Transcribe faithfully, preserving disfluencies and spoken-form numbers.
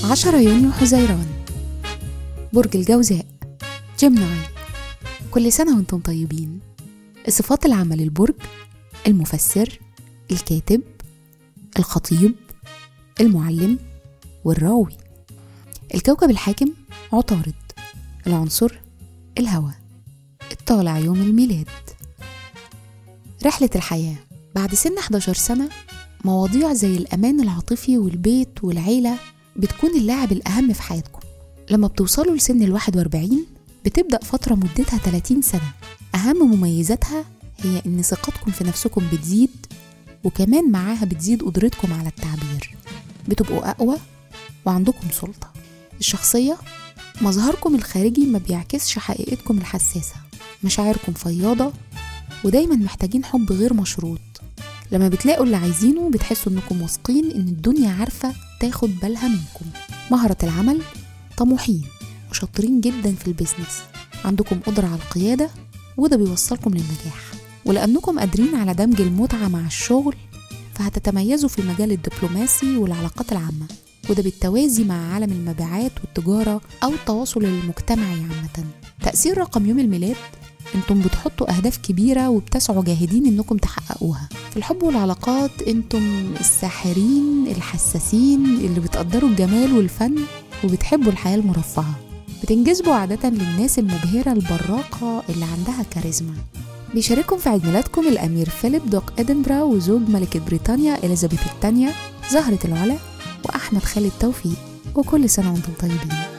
عشرة يونيو حزيران، برج الجوزاء، جيمناي. كل سنة وانتم طيبين. الصفات العامة للبرج: المفسر، الكاتب، الخطيب، المعلم، والراوي. الكوكب الحاكم عطارد. العنصر الهواء. الطالع يوم الميلاد. رحلة الحياة: بعد سن إحدى عشرة سنة مواضيع زي الأمان العاطفي والبيت والعيلة بتكون اللاعب الأهم في حياتكم. لما بتوصلوا لسن الواحد واربعين بتبدأ فترة مدتها ثلاثين سنة. أهم مميزاتها هي إن ثقتكم في نفسكم بتزيد، وكمان معاها بتزيد قدرتكم على التعبير، بتبقوا أقوى وعندكم سلطة. الشخصية: مظهركم الخارجي ما بيعكسش حقيقتكم الحساسة، مشاعركم فياضة ودايما محتاجين حب غير مشروط. لما بتلاقوا اللي عايزينه بتحسوا انكم واثقين ان الدنيا عارفة تاخد بالها منكم. مهارة العمل: طموحين وشاطرين جدا في البيزنس، عندكم قدرة على القيادة وده بيوصلكم للنجاح. ولأنكم قادرين على دمج المتعة مع الشغل فهتتميزوا في المجال الدبلوماسي والعلاقات العامة، وده بالتوازي مع عالم المبيعات والتجارة أو التواصل المجتمعي عامة. تأثير رقم يوم الميلاد: انتم بتحطوا أهداف كبيرة وبتسعوا جاهدين انكم تحققوها. في الحب والعلاقات انتم الساحرين الحساسين اللي بتقدروا الجمال والفن وبتحبوا الحياة المرفهة. بتنجذبوا عادة للناس المبهرة البراقة اللي عندها كاريزما. بيشارككم في عيد ميلادكم الأمير فيليب دوق إدنبرا وزوج ملكة بريطانيا إليزابيث الثانية، زهرة العلا، وأحمد خالد توفيق. وكل سنة وانتم طيبين.